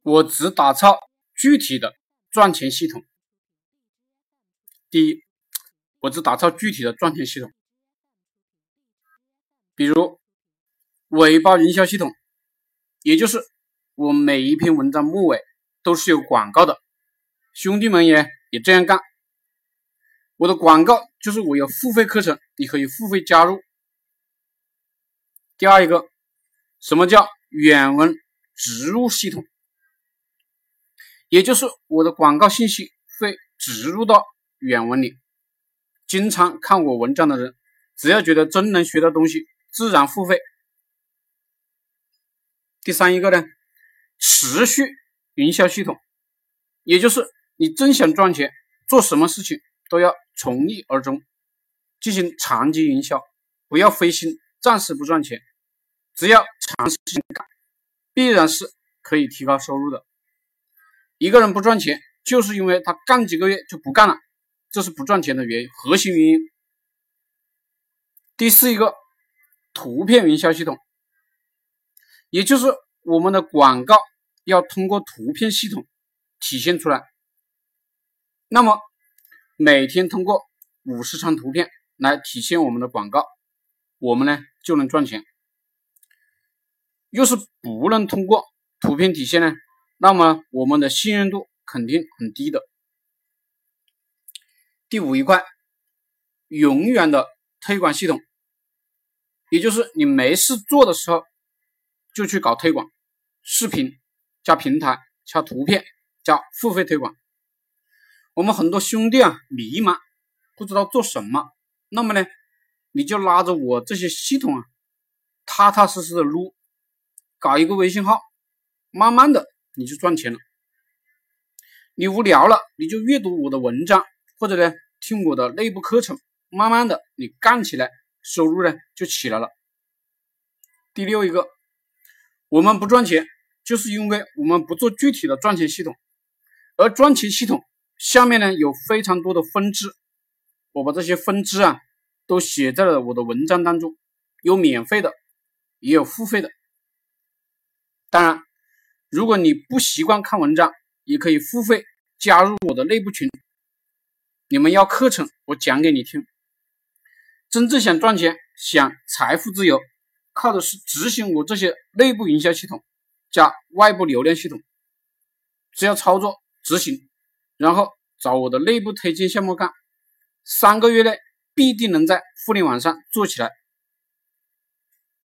我只打造具体的赚钱系统。第一，我只打造具体的赚钱系统，比如尾巴营销系统，也就是我每一篇文章末尾都是有广告的，兄弟们也这样干。我的广告就是我有付费课程，你可以付费加入。第二一个，什么叫原文植入系统？也就是我的广告信息会植入到原文里，经常看我文章的人，只要觉得真能学到东西，自然付费。第三一个呢，持续营销系统，也就是你真想赚钱，做什么事情都要从一而终，进行长期营销，不要灰心，暂时不赚钱，只要长时间干，必然是可以提高收入的。一个人不赚钱，就是因为他干几个月就不干了，这是不赚钱的核心原因。第四一个，图片营销系统，也就是我们的广告要通过图片系统体现出来。那么每天通过50张图片来体现我们的广告，我们呢就能赚钱。要是不能通过图片体现呢，那么我们的信任度肯定很低的。第五一块，永远的推广系统，也就是你没事做的时候就去搞推广，视频加平台加图片加付费推广。我们很多兄弟迷茫，不知道做什么，那么呢你就拉着我这些系统踏踏实实的撸，搞一个微信号，慢慢的你就赚钱了。你无聊了，你就阅读我的文章，或者呢听我的内部课程，慢慢的你干起来，收入呢就起来了。第六一个，我们不赚钱，就是因为我们不做具体的赚钱系统，而赚钱系统下面呢有非常多的分支，我把这些分支都写在了我的文章当中，有免费的，也有付费的。当然如果你不习惯看文章，也可以付费加入我的内部群，你们要课程我讲给你听。真正想赚钱，想财富自由，靠的是执行我这些内部营销系统加外部流量系统，只要操作执行，然后找我的内部推荐项目干，3个月内必定能在互联网上做起来。